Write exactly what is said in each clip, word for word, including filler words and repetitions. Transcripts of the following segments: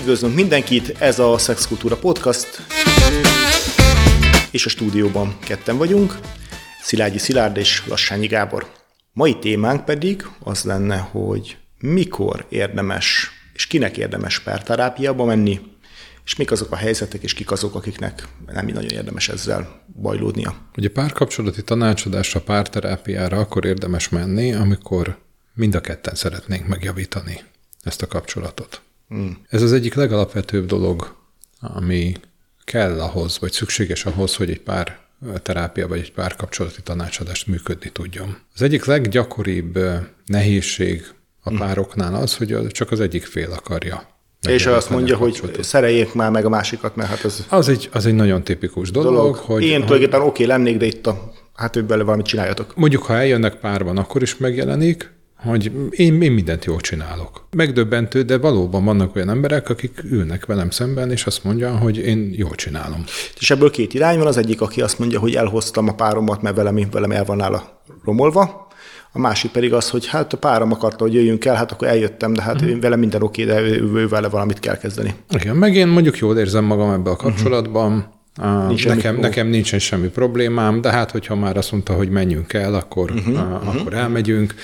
Üdvözlünk mindenkit, ez a Szexkultúra Podcast, és a stúdióban ketten vagyunk, Szilágyi Szilárd és Lassányi Gábor. Mai témánk pedig az lenne, hogy mikor érdemes, és kinek érdemes párterápiába menni, és mik azok a helyzetek, és kik azok, akiknek nem nagyon érdemes ezzel bajlódnia. Ugye párkapcsolati tanácsadásra, párterápiára akkor érdemes menni, amikor mind a ketten szeretnénk megjavítani ezt a kapcsolatot. Mm. Ez az egyik legalapvetőbb dolog, ami kell ahhoz, vagy szükséges ahhoz, hogy egy pár terápia vagy egy párkapcsolati tanácsadás működni tudjon. Az egyik leggyakoribb nehézség a pároknál az, hogy csak az egyik fél akarja. És azt mondja, hogy szereljék már meg a másikat, mert hát az... Az egy, az egy nagyon tipikus dolog, dolog. hogy... Én tulajdonképpen oké okay, lennék, de itt a... Hát ők belőle valamit csináljatok. Mondjuk, ha eljönnek párban, akkor is megjelenik, hogy én, én mindent jól csinálok. Megdöbbentő, de valóban vannak olyan emberek, akik ülnek velem szemben, és azt mondja, hogy én jól csinálom. És ebből két irány van, az egyik, aki azt mondja, hogy elhoztam a páromat, mert velem, velem el van nála romolva. A másik pedig az, hogy hát a párom akarta, hogy jöjjünk el, hát akkor eljöttem, de hát uh-huh. velem minden oké, de ő, ő vele valamit kell kezdeni. Igen, meg én mondjuk jól érzem magam ebbe a kapcsolatban, uh-huh. nekem, nekem nincsen semmi problémám, de hát hogyha már azt mondta, hogy menjünk el, akkor, uh-huh. uh, akkor uh-huh. elmegyünk.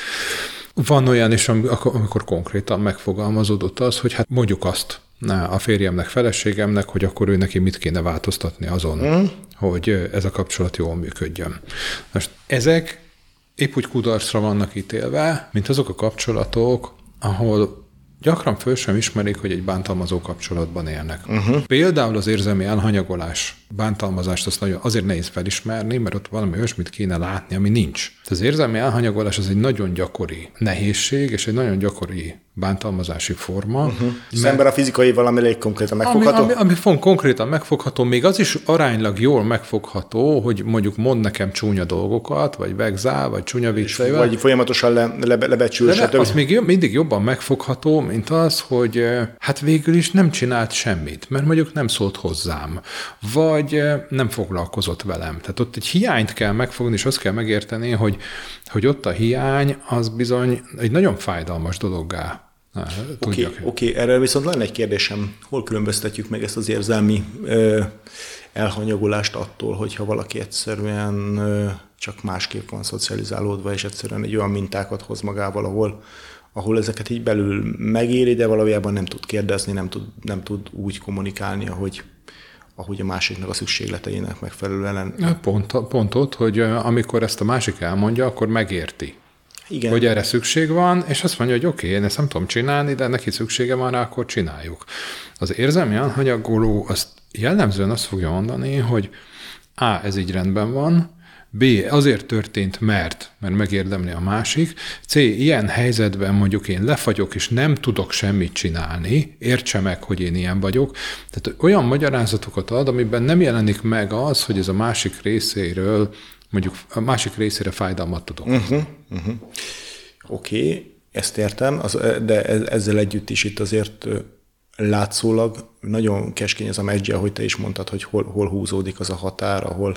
Van olyan is, amikor konkrétan megfogalmazódott az, hogy hát mondjuk azt a férjemnek, feleségemnek, hogy akkor ő neki mit kéne változtatni azon, uh-huh. hogy ez a kapcsolat jól működjön. Most ezek épp úgy kudarcra vannak ítélve, mint azok a kapcsolatok, ahol gyakran föl sem ismerik, hogy egy bántalmazó kapcsolatban élnek. Uh-huh. Például az érzelmi elhanyagolás, bántalmazást azt nagyon azért nehéz felismerni, mert ott valami olyasmit kéne látni, ami nincs. Az érzelmi elhanyagolás az egy nagyon gyakori nehézség, és egy nagyon gyakori bántalmazási forma. Uh-huh. Szemben a fizikai valami elég konkrétan megfogható? Ami, ami, ami konkrétan megfogható, még az is aránylag jól megfogható, hogy mondjuk mond nekem csúnya dolgokat, vagy vegzál, vagy csúnya vicceivel. Vagy folyamatosan le, le, lebecsül, stb. Az még mindig jobban megfogható, mint az, hogy hát végül is nem csinált semmit, mert mondjuk nem szólt hozzám, vagy nem foglalkozott velem. Tehát ott egy hiányt kell megfogni, és azt kell megérteni, hogy, hogy ott a hiány az bizony egy nagyon fájdalmas dologgá. Oké, okay, okay. Erre viszont lenne egy kérdésem. Hol különböztetjük meg ezt az érzelmi ö, elhanyagolást attól, hogyha valaki egyszerűen ö, csak másképp van szocializálódva, és egyszerűen egy olyan mintákat hoz magával, ahol, ahol ezeket így belül megéri, de valójában nem tud kérdezni, nem tud, nem tud úgy kommunikálni, ahogy, ahogy a másiknak a szükségleteinek megfelelően. Pont, pont ott, hogy amikor ezt a másik elmondja, akkor megérti. Igen. Hogy erre szükség van, és azt mondja, hogy oké, okay, én ezt nem tudom csinálni, de neki szüksége van rá, akkor csináljuk. Az érzelmi elhanyagoló azt jellemzően azt fogja mondani, hogy A, ez így rendben van, B, azért történt, mert, mert megérdemli a másik, C, ilyen helyzetben mondjuk én lefagyok, és nem tudok semmit csinálni, értse meg, hogy én ilyen vagyok. Tehát olyan magyarázatokat ad, amiben nem jelenik meg az, hogy ez a másik részéről mondjuk a másik részére fájdalmat tudok. Uh-huh, uh-huh. Oké, okay, ezt értem, az, de ezzel együtt is itt azért látszólag nagyon keskeny ez a medzse, ahogy te is mondtad, hogy hol, hol húzódik az a határ, ahol,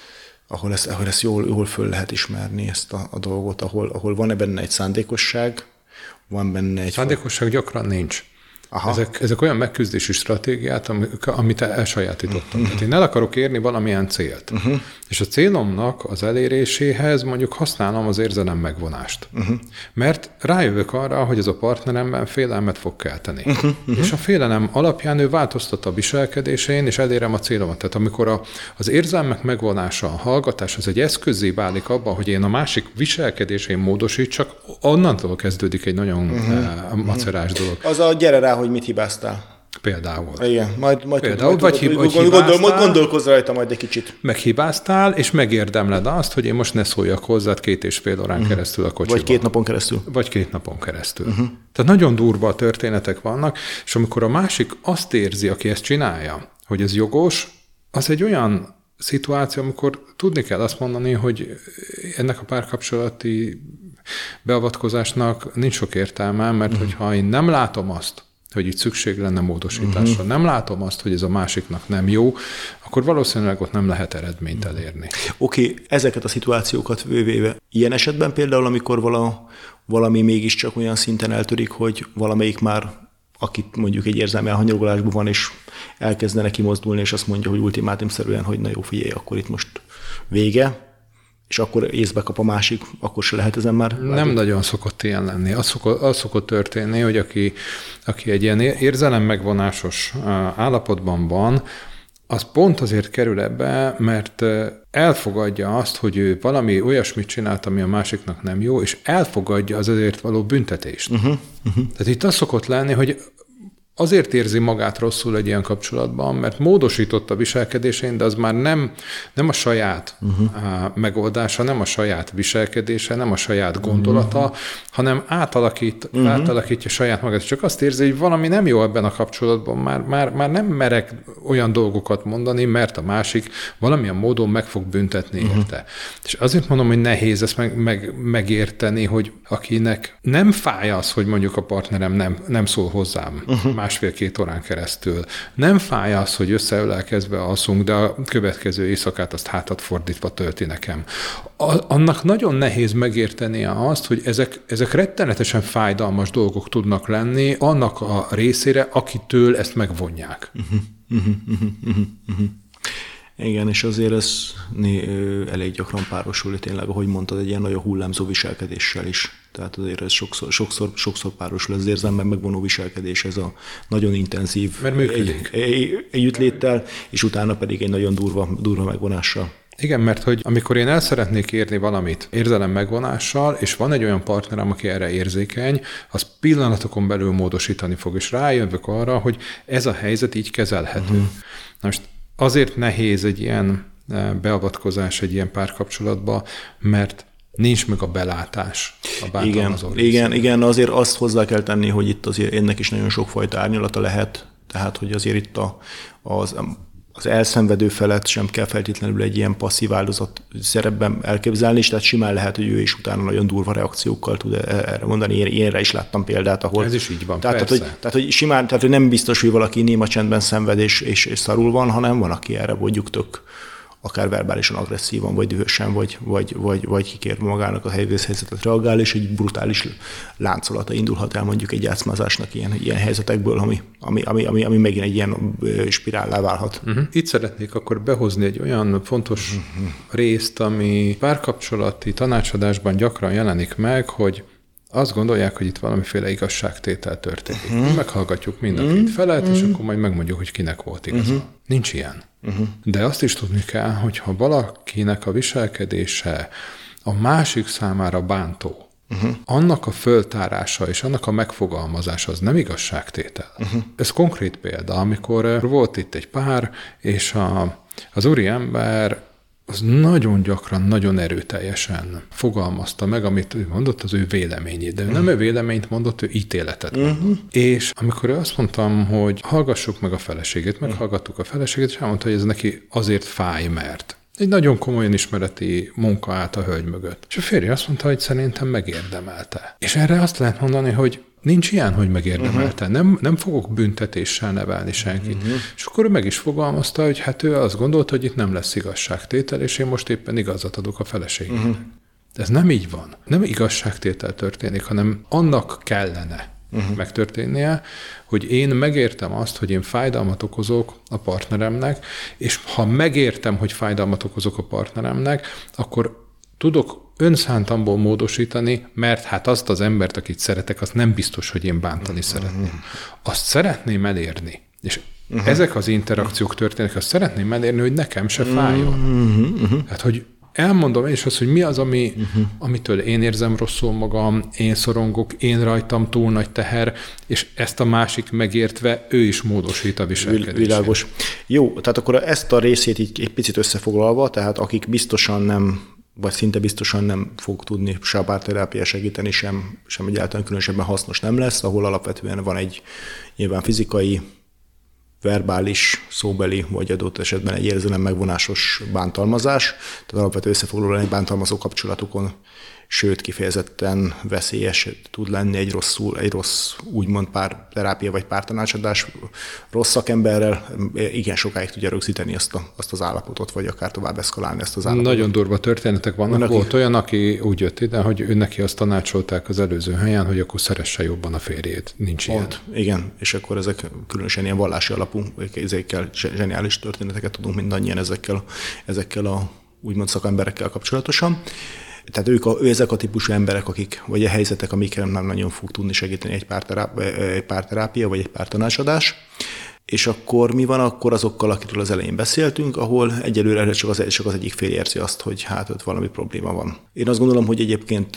ahol ezt, ahol ezt jól, jól föl lehet ismerni, ezt a, a dolgot, ahol, ahol van benne egy szándékosság, van benne egy... Szándékosság gyakran nincs. Ezek, ezek olyan megküzdési stratégiát, amit elsajátítottam. Uh-huh. Tehát én el akarok érni valamilyen célt. Uh-huh. És a célomnak az eléréséhez mondjuk használom az érzelem megvonást. Uh-huh. Mert rájövök arra, hogy ez a partneremben félelmet fog kelteni. Uh-huh. Uh-huh. És a félelem alapján ő változtat a viselkedésén, és elérem a célomat. Tehát amikor a, az érzelmek megvonása, a hallgatás, az egy eszközzé válik abban, hogy én a másik viselkedésén módosítsak, onnantól kezdődik egy nagyon uh-huh. macerás dolog. Az a gyere rá, hogy mit hibáztál. Például. Igen, majd, majd, Például, majd, vagy, majd, vagy gondol, gondol, gondolkozz rajta majd egy kicsit. Meghibáztál, és megérdemled azt, hogy én most ne szóljak hozzád két és fél órán uh-huh. keresztül a kocsiban. Vagy két napon keresztül. Vagy két napon keresztül. Uh-huh. Tehát nagyon durva történetek vannak, és amikor a másik azt érzi, aki ezt csinálja, hogy ez jogos, az egy olyan szituáció, amikor tudni kell azt mondani, hogy ennek a párkapcsolati beavatkozásnak nincs sok értelme, mert uh-huh. hogyha én nem látom azt, hogy itt szükség lenne módosításra, uh-huh. nem látom azt, hogy ez a másiknak nem jó, akkor valószínűleg ott nem lehet eredményt elérni. Oké, okay, ezeket a szituációkat véve. Ilyen esetben például, amikor vala, valami mégiscsak olyan szinten eltörik, hogy valamelyik már akit mondjuk egy érzelmi elhanyagolásban van, és elkezdene kimozdulni, és azt mondja, hogy ultimátumszerűen, hogy na jó, figyelj, akkor itt most vége, és akkor észbe kap a másik, akkor se lehet ezen már? Nem látni? Nagyon szokott ilyen lenni. Az szokott, az szokott történni, hogy aki, aki egy ilyen érzelem megvonásos állapotban van, az pont azért kerül ebbe, mert elfogadja azt, hogy ő valami olyasmit csinált, ami a másiknak nem jó, és elfogadja az ezért való büntetést. Uh-huh, uh-huh. Tehát itt az szokott lenni, hogy azért érzi magát rosszul egy ilyen kapcsolatban, mert módosított a viselkedésén, de az már nem, nem a saját uh-huh. megoldása, nem a saját viselkedése, nem a saját gondolata, uh-huh. hanem átalakít, uh-huh. átalakítja saját magát. Csak azt érzi, hogy valami nem jó ebben a kapcsolatban, már, már, már nem merek olyan dolgokat mondani, mert a másik valamilyen módon meg fog büntetni uh-huh. érte. És azért mondom, hogy nehéz ezt meg, meg, megérteni, hogy akinek nem fáj az, hogy mondjuk a partnerem nem, nem szól hozzám, uh-huh. másfél-két órán keresztül. Nem fáj az, hogy összeölelkezve alszunk, de a következő éjszakát azt hátat fordítva tölti nekem. A, annak nagyon nehéz megértenie azt, hogy ezek, ezek rettenetesen fájdalmas dolgok tudnak lenni annak a részére, akitől ezt megvonják. Uh-huh, uh-huh, uh-huh, uh-huh. Igen, és azért ez elég gyakran párosul, tényleg, ahogy mondtad, egy ilyen nagyon hullámzó viselkedéssel is. Tehát azért ez sokszor, sokszor, sokszor párosul az érzelmen megvonó viselkedés, ez a nagyon intenzív egy, egy, együttléttel, és utána pedig egy nagyon durva, durva megvonással. Igen, mert hogy amikor én el szeretnék érni valamit érzelem megvonással, és van egy olyan partnerem, aki erre érzékeny, az pillanatokon belül módosítani fog, és rájövök arra, hogy ez a helyzet így kezelhető. Uh-huh. Na most azért nehéz egy ilyen beavatkozás egy ilyen párkapcsolatba, mert nincs meg a belátás a bántalmazó részéről. Igen, igen, azért azt hozzá kell tenni, hogy itt azért ennek is nagyon sokfajta árnyalata lehet, tehát hogy azért itt a, az, az elszenvedő felet sem kell feltétlenül egy ilyen passzív áldozat szerepben elképzelni, és tehát simán lehet, hogy ő is utána nagyon durva reakciókkal tud erre mondani. Én, ilyenre is láttam példát, ahol... Ez is így van, tehát, persze. Tehát hogy, tehát, hogy simán, tehát, hogy nem biztos, hogy valaki néma csendben szenved és, és, és szarul van, hanem van, aki erre mondjuk tök akár verbálisan agresszívan, vagy dühösen, vagy, vagy, vagy, vagy kikérve magának a helyzetet reagál, és egy brutális láncolata indulhat el mondjuk egy játszmázásnak ilyen, ilyen helyzetekből, ami, ami, ami, ami, ami megint egy ilyen spirállá válhat. Uh-huh. Itt szeretnék akkor behozni egy olyan fontos uh-huh. részt, ami párkapcsolati tanácsadásban gyakran jelenik meg, hogy azt gondolják, hogy itt valamiféle igazságtétel történik. Uh-huh. Meghallgatjuk mind a két felet, uh-huh. és akkor majd megmondjuk, hogy kinek volt igaza. Uh-huh. Nincs ilyen. Uh-huh. De azt is tudni kell, hogy ha valakinek a viselkedése a másik számára bántó, uh-huh. annak a föltárása és annak a megfogalmazása az nem igazságtétel. Uh-huh. Ez konkrét példa, amikor volt itt egy pár, és a, az úriember az nagyon gyakran, nagyon erőteljesen fogalmazta meg, amit ő mondott, az ő véleményét. De ő uh-huh. nem ő véleményt mondott, ő ítéletet mondott. Uh-huh. És amikor ő azt mondtam, hogy hallgassuk meg a feleségét, meghallgattuk a feleségét, és elmondta, hogy ez neki azért fáj, mert egy nagyon komolyan ismereti munka állt a hölgy mögött. És a férje azt mondta, hogy szerintem megérdemelte. És erre azt lehet mondani, hogy nincs ilyen, hogy megérdemelte. Uh-huh. Nem, nem fogok büntetéssel nevelni senkit. Uh-huh. És akkor ő meg is fogalmazta, hogy hát ő azt gondolta, hogy itt nem lesz igazságtétel, és én most éppen igazat adok a feleségének. Uh-huh. De ez nem így van. Nem igazságtétel történik, hanem annak kellene uh-huh. megtörténnie, hogy én megértem azt, hogy én fájdalmat okozok a partneremnek, és ha megértem, hogy fájdalmat okozok a partneremnek, akkor tudok önszántamból módosítani, mert hát azt az embert, akit szeretek, azt nem biztos, hogy én bántani uh-huh. szeretném. Azt szeretném elérni, és uh-huh. ezek az interakciók történnek, azt szeretném elérni, hogy nekem se fájjon. Uh-huh. Uh-huh. Hát, hogy elmondom én is azt, hogy mi az, ami, uh-huh. amitől én érzem rosszul magam, én szorongok, én rajtam túl nagy teher, és ezt a másik megértve, ő is módosít a viselkedését. Világos. Jó, tehát akkor ezt a részét így egy picit összefoglalva, tehát akik biztosan nem vagy szinte biztosan nem fog tudni se a párterápia segíteni, sem, sem egyáltalán különösebben hasznos nem lesz, ahol alapvetően van egy nyilván fizikai, verbális, szóbeli, vagy adott esetben egy érzelem megvonásos bántalmazás. Tehát alapvetően összefoglalóan egy bántalmazó kapcsolatokon sőt kifejezetten veszélyes tud lenni egy rosszul, egy rossz úgymond párterápia vagy pártanácsadás rossz szakemberrel, igen sokáig tudja rögzíteni azt, a, azt az állapotot, vagy akár tovább eszkalálni ezt az állapotot. Nagyon durva történetek vannak. Van, volt aki... olyan, aki úgy jött ide, hogy ő neki azt tanácsolták az előző helyen, hogy akkor szeresse jobban a férjét. Nincs Pont. ilyen. Igen, és akkor ezek különösen ilyen vallási alapú, ezekkel zseniális történeteket tudunk mindannyian ezekkel, ezekkel a úgymond szakemberekkel kapcsolatosan. Tehát ők a, ő ezek a típusú emberek, akik, vagy a helyzetek, amikkel nem nagyon fog tudni segíteni egy párterápia, egy párterápia vagy egy pártanácsadás. És akkor mi van akkor azokkal, akikről az elején beszéltünk, ahol egyelőre csak az, csak az egyik fél érzi azt, hogy hát ott valami probléma van. Én azt gondolom, hogy egyébként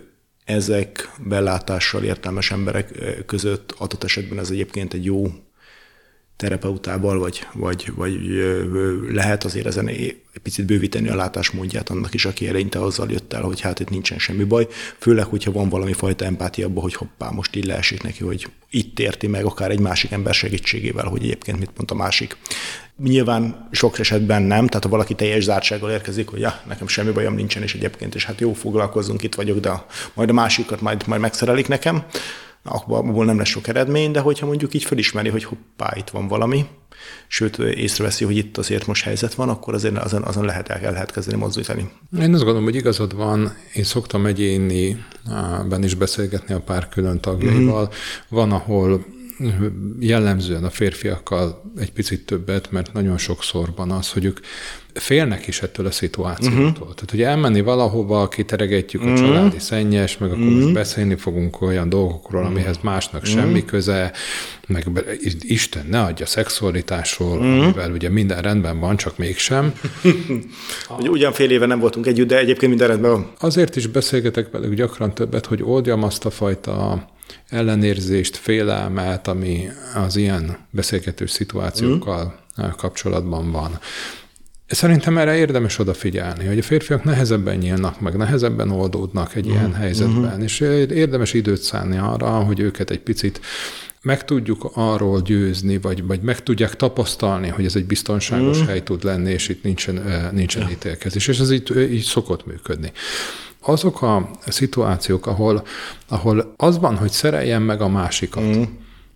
ezek bellátással értelmes emberek között adott esetben ez egyébként egy jó terapeutával, vagy, vagy, vagy lehet azért ezen egy picit bővíteni a látásmódját annak is, aki eleinte azzal jött el, hogy hát itt nincsen semmi baj, főleg, hogyha van valami fajta empátia abban, hogy hoppá, most így leesik neki, hogy itt érti meg akár egy másik ember segítségével, hogy egyébként mit mond a másik. Nyilván sok esetben nem, tehát ha valaki teljes zártsággal érkezik, hogy ja, nekem semmi bajom nincsen, és egyébként, és hát jó, foglalkozzunk, itt vagyok, de majd a másikat majd, majd megszerelik nekem, abból nem lesz sok eredmény, de hogyha mondjuk így felismeri, hogy hoppá, itt van valami, sőt észreveszi, hogy itt azért most helyzet van, akkor azért azon, azon lehet el, el lehet kezdeni mozdítani. Én azt gondolom, hogy igazad van, én szoktam egyéniben is beszélgetni a pár külön tagjaival. Mm-hmm. Van, ahol jellemzően a férfiakkal egy picit többet, mert nagyon sokszor van az, hogy ők félnek is ettől a szituációtól. Uh-huh. Tehát, hogy elmenni valahova, kiteregetjük uh-huh. a családi szennyes, meg akkor uh-huh. most beszélni fogunk olyan dolgokról, amihez másnak uh-huh. semmi köze, meg Isten ne adja szexualitásról, uh-huh. amivel ugye minden rendben van, csak mégsem. Ugye ugyan fél éve nem voltunk együtt, de egyébként minden rendben van. Azért is beszélgetek velük gyakran többet, hogy oldjam azt a fajta ellenérzést, félelmet, ami az ilyen beszélgetős szituációkkal mm. kapcsolatban van. Szerintem erre érdemes odafigyelni, hogy a férfiak nehezebben nyílnak meg, nehezebben oldódnak egy mm. ilyen helyzetben, mm. és érdemes időt szánni arra, hogy őket egy picit meg tudjuk arról győzni, vagy, vagy meg tudják tapasztalni, hogy ez egy biztonságos mm. hely tud lenni, és itt nincsen, nincsen ja. ítélkezés, és ez így, így szokott működni. Azok a szituációk, ahol, ahol az van, hogy szereljen meg a másikat, mm.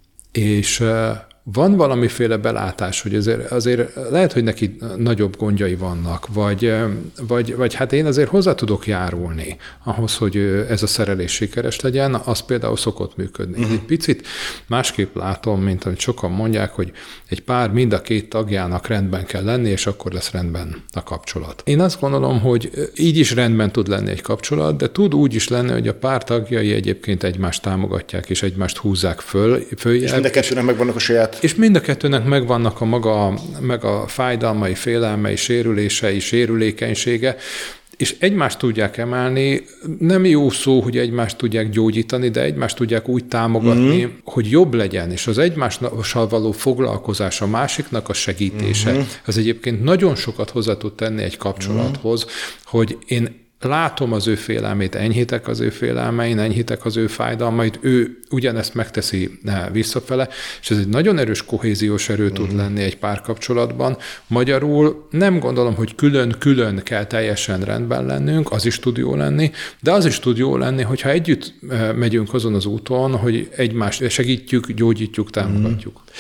és van valamiféle belátás, hogy azért, azért lehet, hogy neki nagyobb gondjai vannak, vagy, vagy, vagy hát én azért hozzá tudok járulni ahhoz, hogy ez a szerelés sikeres legyen, az például szokott működni. Uh-huh. Egy picit másképp látom, mint amit sokan mondják, hogy egy pár mind a két tagjának rendben kell lenni, és akkor lesz rendben a kapcsolat. Én azt gondolom, hogy így is rendben tud lenni egy kapcsolat, de tud úgy is lenni, hogy a pár tagjai egyébként egymást támogatják, és egymást húzzák föl. följebb, és mind a kettőnek megvannak a saját. És mind a kettőnek megvannak a maga, meg a fájdalmai, félelmei, sérülései, sérülékenysége, és egymást tudják emelni, nem jó szó, hogy egymást tudják gyógyítani, de egymást tudják úgy támogatni, mm. hogy jobb legyen, és az egymással való foglalkozás, a másiknak a segítése, mm. az egyébként nagyon sokat hozzá tud tenni egy kapcsolathoz, mm. hogy én látom az ő félelmét, enyhítek az ő félelmein, enyhítek az ő fájdalmait, ő ugyanezt megteszi visszafele, és ez egy nagyon erős kohéziós erő tud lenni egy párkapcsolatban. Magyarul nem gondolom, hogy külön-külön kell teljesen rendben lennünk, az is tud jó lenni, de az is tud jó lenni, hogyha együtt megyünk azon az úton, hogy egymást segítjük, gyógyítjuk, támogatjuk. Mm.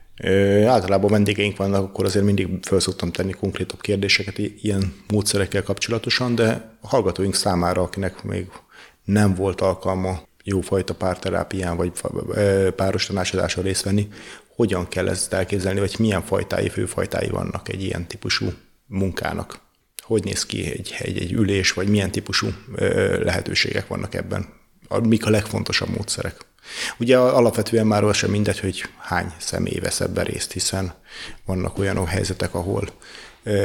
Ö, általában vendégeink vannak, akkor azért mindig föl szoktam tenni konkrétabb kérdéseket ilyen módszerekkel kapcsolatosan, de a hallgatóink számára, akinek még nem volt alkalma jófajta párterápián vagy páros tanácsadáson részt venni, hogyan kell ezt elképzelni, vagy milyen fajtái, főfajtái vannak egy ilyen típusú munkának? Hogy néz ki egy, egy, egy ülés, vagy milyen típusú ö, lehetőségek vannak ebben? Mik a legfontosabb módszerek? Ugye alapvetően már az sem mindegy, hogy hány személy vesz ebben részt, hiszen vannak olyan helyzetek, ahol ö,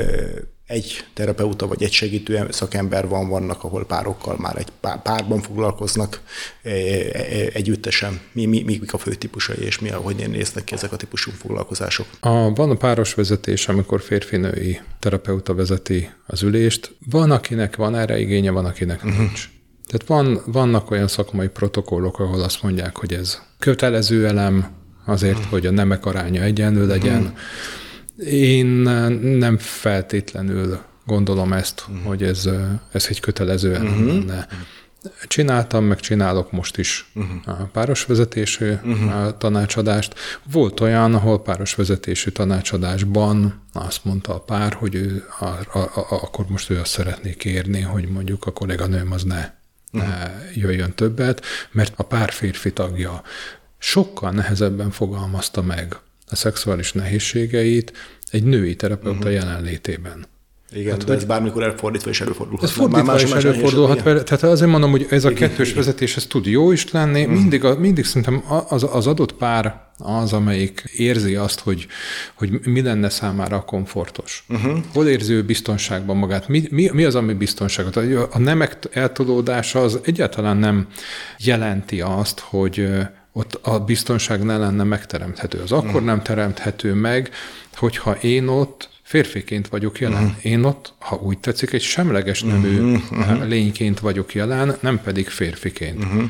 egy terapeuta vagy egy segítő szakember van, vannak, ahol párokkal már egy pár, párban foglalkoznak ö, ö, együttesen. Mi, mi, mik a fő típusai, és mi, hogy néznek ki ezek a típusú foglalkozások? A, van a páros vezetés, amikor férfi-női terapeuta vezeti az ülést. Van, akinek van erre igénye, van, akinek uh-huh. nincs. Tehát van, vannak olyan szakmai protokollok, ahol azt mondják, hogy ez kötelező elem azért, mm. hogy a nemek aránya egyenlő legyen. Mm. Én nem feltétlenül gondolom ezt, uh-huh. hogy ez, ez egy kötelező elem uh-huh. lenne. Csináltam, meg csinálok most is uh-huh. a párosvezetésű uh-huh. tanácsadást. Volt olyan, ahol párosvezetésű tanácsadásban azt mondta a pár, hogy ő a, a, a, akkor most ő azt szeretné kérni, hogy mondjuk a kolléganőm az ne, uh-huh. ne jöjjön többet, mert a pár férfi tagja sokkal nehezebben fogalmazta meg a szexuális nehézségeit egy női terapeuta uh-huh. jelenlétében. Igen, hát, de ez bármikor elfordítva is előfordulhat. Ez fordítva más, is más előfordulhat. Tehát azért mondom, hogy ez a igen, kettős igen. vezetés, ez tud jó is lenni. Mm. Mindig, a, mindig szerintem az, az adott pár az, amelyik érzi azt, hogy, hogy mi lenne számára komfortos. Uh-huh. Hol érzi ő biztonságban magát? Mi, mi, mi az, ami biztonságot? A nemek eltolódása az egyáltalán nem jelenti azt, hogy ott a biztonság ne lenne megteremthető. Az akkor uh-huh. nem teremthető meg, hogyha én ott férfiként vagyok jelen. Uh-huh. Én ott, ha úgy tetszik, egy semleges nemű uh-huh. lényként vagyok jelen, nem pedig férfiként. Uh-huh.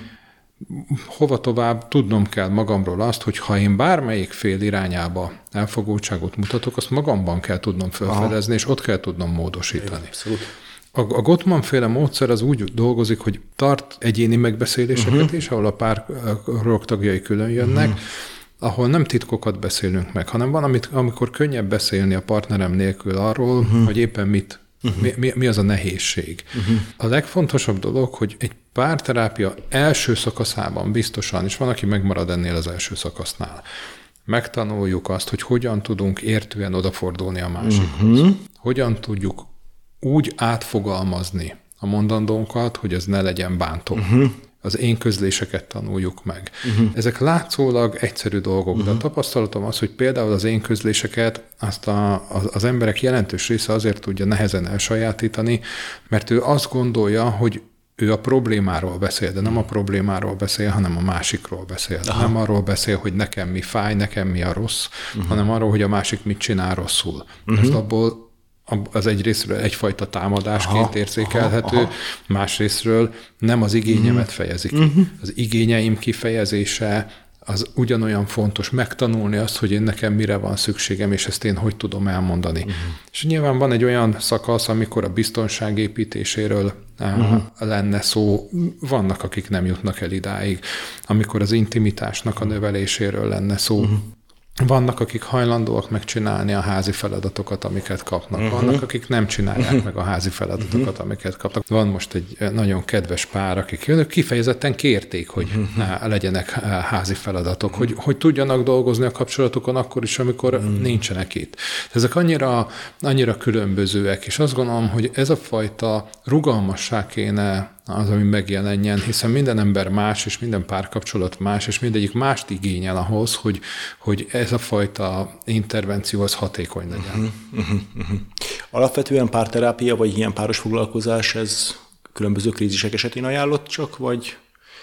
Hova tovább tudnom kell magamról azt, hogy ha én bármelyik fél irányába elfogultságot mutatok, azt magamban kell tudnom felfedezni, és ott kell tudnom módosítani. Igen, a, a Gottman-féle módszer az úgy dolgozik, hogy tart egyéni megbeszéléseket uh-huh. is, ahol a párok tagjai külön jönnek, uh-huh. ahol nem titkokat beszélünk meg, hanem van, amit, amikor könnyebb beszélni a partnerem nélkül arról, uh-huh. hogy éppen mit, uh-huh. mi, mi, mi az a nehézség. Uh-huh. A legfontosabb dolog, hogy egy párterápia első szakaszában biztosan, és van, aki megmarad ennél az első szakasznál, megtanuljuk azt, hogy hogyan tudunk értően odafordulni a másikhoz. Uh-huh. Hogyan tudjuk úgy átfogalmazni a mondandónkat, hogy ez ne legyen bántó. Uh-huh. Az én közléseket tanuljuk meg. Uh-huh. Ezek látszólag egyszerű dolgok, uh-huh. de a tapasztalatom az, hogy például az én közléseket azt a, az, az emberek jelentős része azért tudja nehezen elsajátítani, mert ő azt gondolja, hogy ő a problémáról beszél, de nem a problémáról beszél, hanem a másikról beszél. Aha. Nem arról beszél, hogy nekem mi fáj, nekem mi a rossz, uh-huh. hanem arról, hogy a másik mit csinál rosszul. Uh-huh. Ezt abból az egyrészről egyfajta támadásként aha, érzékelhető, aha, aha. másrészről nem az igényemet fejezi ki. Uh-huh. Az igényeim kifejezése az ugyanolyan fontos, megtanulni azt, hogy én nekem mire van szükségem, és ezt én hogy tudom elmondani. Uh-huh. És nyilván van egy olyan szakasz, amikor a biztonság építéséről uh-huh. lenne szó. Vannak, akik nem jutnak el idáig. Amikor az intimitásnak a növeléséről lenne szó. Uh-huh. Vannak, akik hajlandóak megcsinálni a házi feladatokat, amiket kapnak. Uh-huh. Vannak, akik nem csinálják uh-huh. meg a házi feladatokat, uh-huh. amiket kapnak. Van most egy nagyon kedves pár, akik jönnek, kifejezetten kérték, hogy uh-huh. legyenek házi feladatok, uh-huh. hogy, hogy tudjanak dolgozni a kapcsolatokon akkor is, amikor uh-huh. nincsenek itt. Ezek annyira, annyira különbözőek, és azt gondolom, hogy ez a fajta rugalmasság kéne az, ami megjelenjen, hiszen minden ember más, és minden párkapcsolat más, és mindegyik mást igényel ahhoz, hogy, hogy ez a fajta intervenció az hatékony legyen. Uh-huh, uh-huh, uh-huh. Alapvetően párterápia, vagy ilyen páros foglalkozás, ez különböző krízisek esetén ajánlott csak, vagy,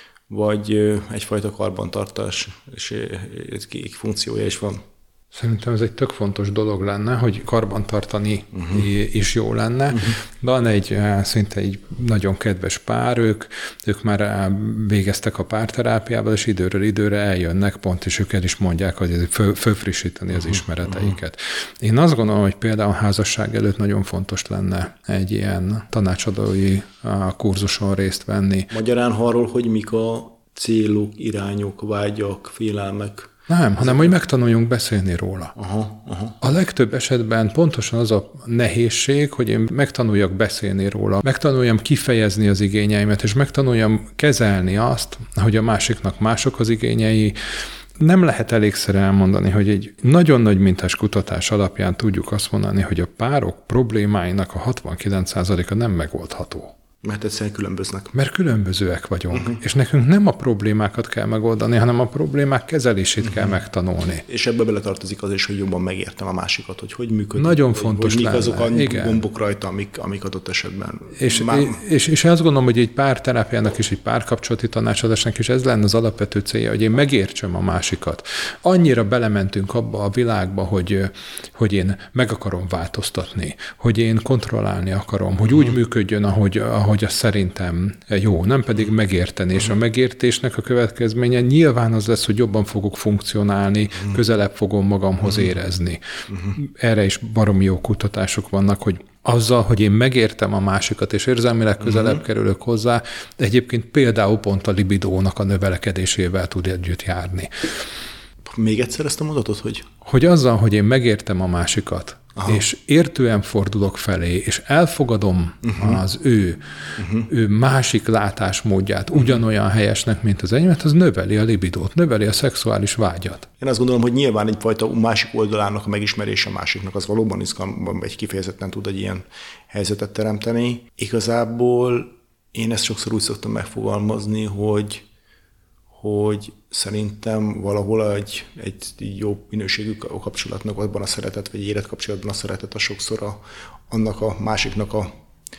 vagy egyfajta karbantartás, és egy funkciója is van? Szerintem ez egy tök fontos dolog lenne, hogy karbantartani uh-huh. is jó lenne. Uh-huh. Van egy szinte egy nagyon kedves pár, ők, ők már végeztek a párterápiával, és időről időre eljönnek, pont, és ők el is mondják, hogy föl, fölfrissíteni az ismereteiket. Uh-huh. Én azt gondolom, hogy például a házasság előtt nagyon fontos lenne egy ilyen tanácsadói kurzuson részt venni. Magyarán arról, hogy mik a célok, irányok, vágyak, félelmek. Nem, hanem hogy megtanuljunk beszélni róla. Aha, aha. A legtöbb esetben pontosan az a nehézség, hogy én megtanuljak beszélni róla, megtanuljam kifejezni az igényeimet, és megtanuljam kezelni azt, hogy a másiknak mások az igényei. Nem lehet elégszer elmondani, hogy egy nagyon nagy mintás kutatás alapján tudjuk azt mondani, hogy a párok problémáinak a hatvankilenc százaléka nem megoldható. Mert egyszerűen különböznek. Mert különbözőek vagyunk. Uh-huh. És nekünk nem a problémákat kell megoldani, hanem a problémák kezelését uh-huh. kell megtanulni. És ebbe beletartozik az is, hogy jobban megértem a másikat, hogy hogy működik. Nagyon fontos hogy lenne. Mik azok a Igen. gombok rajta, amik, amik adott esetben. És, Már... és, és azt gondolom, hogy egy párterápiának és egy párkapcsolati tanácsadásnak is ez lenne az alapvető célja, hogy én megértsem a másikat. Annyira belementünk abba a világba, hogy, hogy én meg akarom változtatni, hogy én kontrollálni akarom, hogy úgy uh-huh. működjön, ahogy, ahogy hogy az szerintem jó, nem pedig megérteni. És a megértésnek a következménye nyilván az lesz, hogy jobban fogok funkcionálni, közelebb fogom magamhoz érezni. Erre is baromi jó kutatások vannak, hogy azzal, hogy én megértem a másikat, és érzelmileg közelebb uh-huh. kerülök hozzá, de egyébként például pont a libidónak a növekedésével tud együtt járni. Még egyszer ezt a mondatot, hogy? Hogy azzal, hogy én megértem a másikat, aha. és értően fordulok felé, és elfogadom uh-huh. az ő, uh-huh. ő másik látásmódját uh-huh. ugyanolyan helyesnek, mint az enyémet, az növeli a libidót, növeli a szexuális vágyat. Én azt gondolom, hogy nyilván egyfajta másik oldalának a megismerése a másiknak, az valóban izgalomban, vagy kifejezetten tud egy ilyen helyzetet teremteni. Igazából én ezt sokszor úgy szoktam megfogalmazni, hogy hogy szerintem valahol egy, egy jó minőségű kapcsolatnak abban a szeretet, vagy életkapcsolatban a szeretet a sokszor a, annak a másiknak a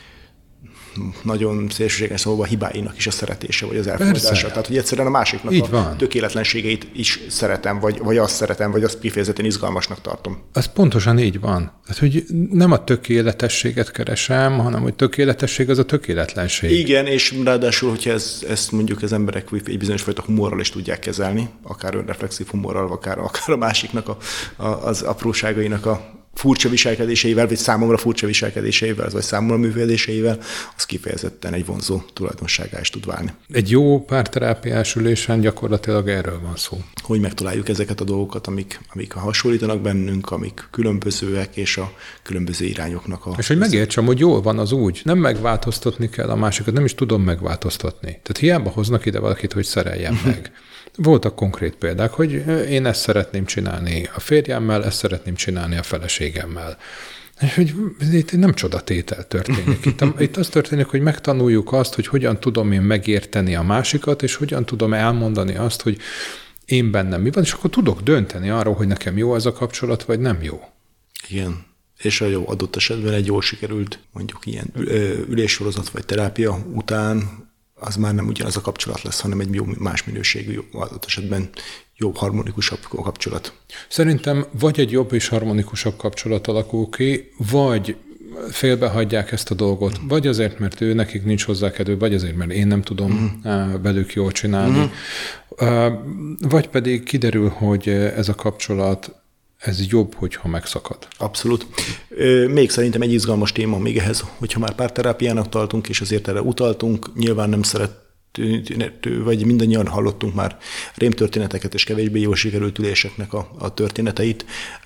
nagyon szélsőséges szóval a hibáinak is a szeretése, vagy az elfogadása. Persze. Tehát, hogy egyszerűen a másiknak így a van. Tökéletlenségeit is szeretem, vagy, vagy azt szeretem, vagy azt kifejezetten izgalmasnak tartom. Ez pontosan így van. Tehát, hogy nem a tökéletességet keresem, hanem hogy tökéletesség az a tökéletlenség. Igen, és ráadásul, hogyha ez, ezt mondjuk az emberek egy bizonyos fajta humorral is tudják kezelni, akár önreflexív humorral, akár, akár a másiknak a, a, az apróságainak a furcsa viselkedéseivel, vagy számomra furcsa viselkedéseivel, vagy számomra művelésével, az kifejezetten egy vonzó tulajdonságá is tud válni. Egy jó párterápiás ülésen gyakorlatilag erről van szó. Hogy megtaláljuk ezeket a dolgokat, amik, amik hasonlítanak bennünk, amik különbözőek, és a különböző irányoknak a... És hogy megértsem, hogy jól van az úgy, nem megváltoztatni kell a másikat, nem is tudom megváltoztatni. Tehát hiába hoznak ide valakit, hogy szereljen meg. Voltak konkrét példák, hogy én ezt szeretném csinálni a férjemmel, ezt szeretném csinálni a feleségemmel. És hogy itt nem csodatétel történik. Itt, itt az történik, hogy megtanuljuk azt, hogy hogyan tudom én megérteni a másikat, és hogyan tudom elmondani azt, hogy én bennem mi van, és akkor tudok dönteni arról, hogy nekem jó ez a kapcsolat, vagy nem jó. Igen. És a jó adott esetben egy jól sikerült, mondjuk ilyen üléssorozat vagy terápia után az már nem ugyanaz a kapcsolat lesz, hanem egy jó, más minőségű, adott esetben jobb, harmonikusabb kapcsolat. Szerintem vagy egy jobb és harmonikusabb kapcsolat alakul ki, vagy félbehagyják ezt a dolgot, mm. vagy azért, mert ő nekik nincs hozzá kedvű, vagy azért, mert én nem tudom mm. velük jól csinálni, mm. vagy pedig kiderül, hogy ez a kapcsolat ez jobb, hogyha megszakad. Abszolút. Még szerintem egy izgalmas téma még ehhez, hogyha már párterápiának tartunk, és azért erre utaltunk, nyilván nem szerető, vagy mindannyian hallottunk már rémtörténeteket, és kevésbé jól sikerült üléseknek a, a történeteit.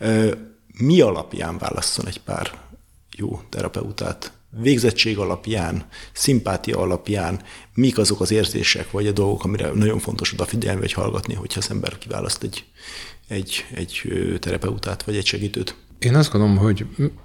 Mi alapján válasszon egy pár jó terapeutát? Végzettség alapján, szimpátia alapján, mik azok az érzések, vagy a dolgok, amire nagyon fontos odafigyelni, vagy hallgatni, hogyha az ember kiválaszt egy egy, egy terapeutát, vagy egy segítőt? Én azt gondolom, hogy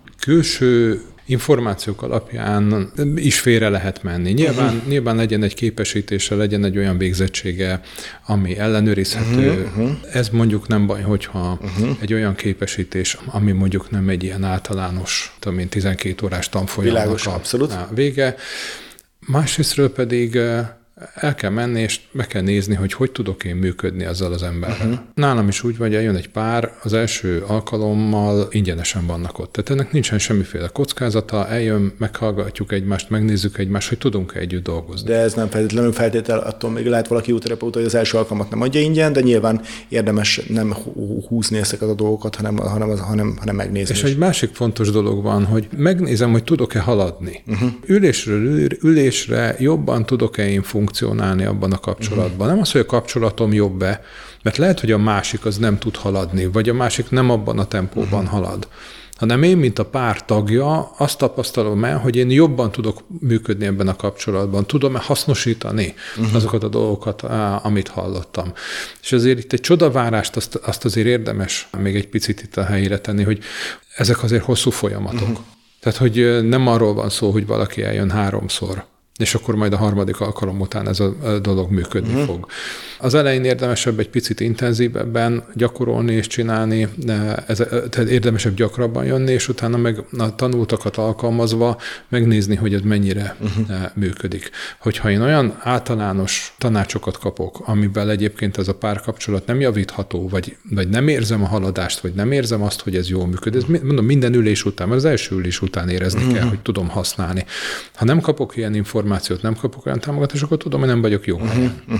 külső információk alapján is félre lehet menni. Nyilván, uh-huh. nyilván legyen egy képesítése, legyen egy olyan végzettsége, ami ellenőrizhető. Uh-huh. Ez mondjuk nem baj, hogyha uh-huh. egy olyan képesítés, ami mondjuk nem egy ilyen általános, tudom én, tizenkét órás tanfolyamnak a, a vége. Másrésztről pedig el kell menni, és meg kell nézni, hogy hogy tudok én működni azzal az emberrel. Uh-huh. Nálam is úgy vagy, eljön egy pár, az első alkalommal ingyenesen vannak ott. Tehát ennek nincsen semmiféle kockázata, eljön, meghallgatjuk egymást, megnézzük egymást, hogy tudunk-e együtt dolgozni. De ez nem feltétlenül feltétel, attól még lehet valaki útterapeuta, hogy az első alkalmat nem adja ingyen, de nyilván érdemes nem húzni ezeket a dolgokat, hanem, hanem, hanem, hanem megnézni. És is. Egy másik fontos dolog van, hogy megnézem, hogy tudok-e haladni. Uh-huh. Ülésről ülésre jobban tudok-e én funkcionálni abban a kapcsolatban. Uh-huh. Nem az, hogy a kapcsolatom jobb-e, mert lehet, hogy a másik az nem tud haladni, vagy a másik nem abban a tempóban uh-huh. halad, hanem én, mint a pár tagja, azt tapasztalom el, hogy én jobban tudok működni ebben a kapcsolatban, tudom-e hasznosítani uh-huh. azokat a dolgokat, amit hallottam. És azért itt egy csodavárást azt, azt azért érdemes még egy picit itt a helyére tenni, hogy ezek azért hosszú folyamatok. Uh-huh. Tehát, hogy nem arról van szó, hogy valaki eljön háromszor, és akkor majd a harmadik alkalom után ez a dolog működni uh-huh. fog. Az elején érdemesebb egy picit intenzívebben gyakorolni és csinálni, ez, tehát érdemesebb gyakrabban jönni, és utána meg a tanultakat alkalmazva megnézni, hogy ez mennyire uh-huh. működik. Hogyha én olyan általános tanácsokat kapok, amiben egyébként ez a párkapcsolat nem javítható, vagy, vagy nem érzem a haladást, vagy nem érzem azt, hogy ez jól működik, ez mondom, minden ülés után, mert az első ülés után érezni uh-huh. kell, hogy tudom használni. Ha nem kapok ilyen információt, nem kapok olyan támogatást, akkor tudom, hogy nem vagyok jó helyen. Uh-huh. Uh-huh.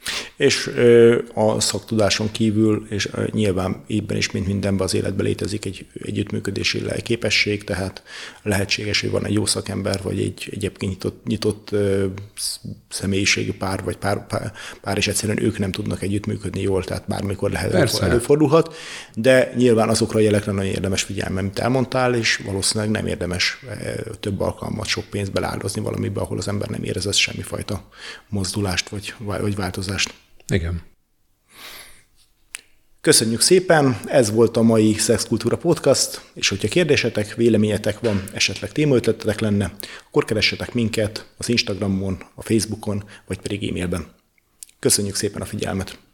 És a szaktudáson kívül, és nyilván ebben is, mint mindenben az életben létezik egy együttműködési képesség, tehát lehetséges, hogy van egy jó szakember, vagy egy egyébként nyitott, nyitott személyiségű pár, vagy pár, pár, pár, és egyszerűen ők nem tudnak együttműködni jól, tehát bármikor lehet Persze. előfordulhat, de nyilván azokra a jelekre nagyon érdemes figyelni, amit elmondtál, és valószínűleg nem érdemes több alkalmat, sok pénzt beláldozni valamibe, ahol az ember nem érez semmifajta mozdulást, vagy, vagy változást. Igen. Köszönjük szépen, ez volt a mai Szexkultúra Podcast, és hogyha kérdésetek, véleményetek van, esetleg témaötletetek lenne, akkor keressetek minket az Instagramon, a Facebookon, vagy pedig e-mailben. Köszönjük szépen a figyelmet!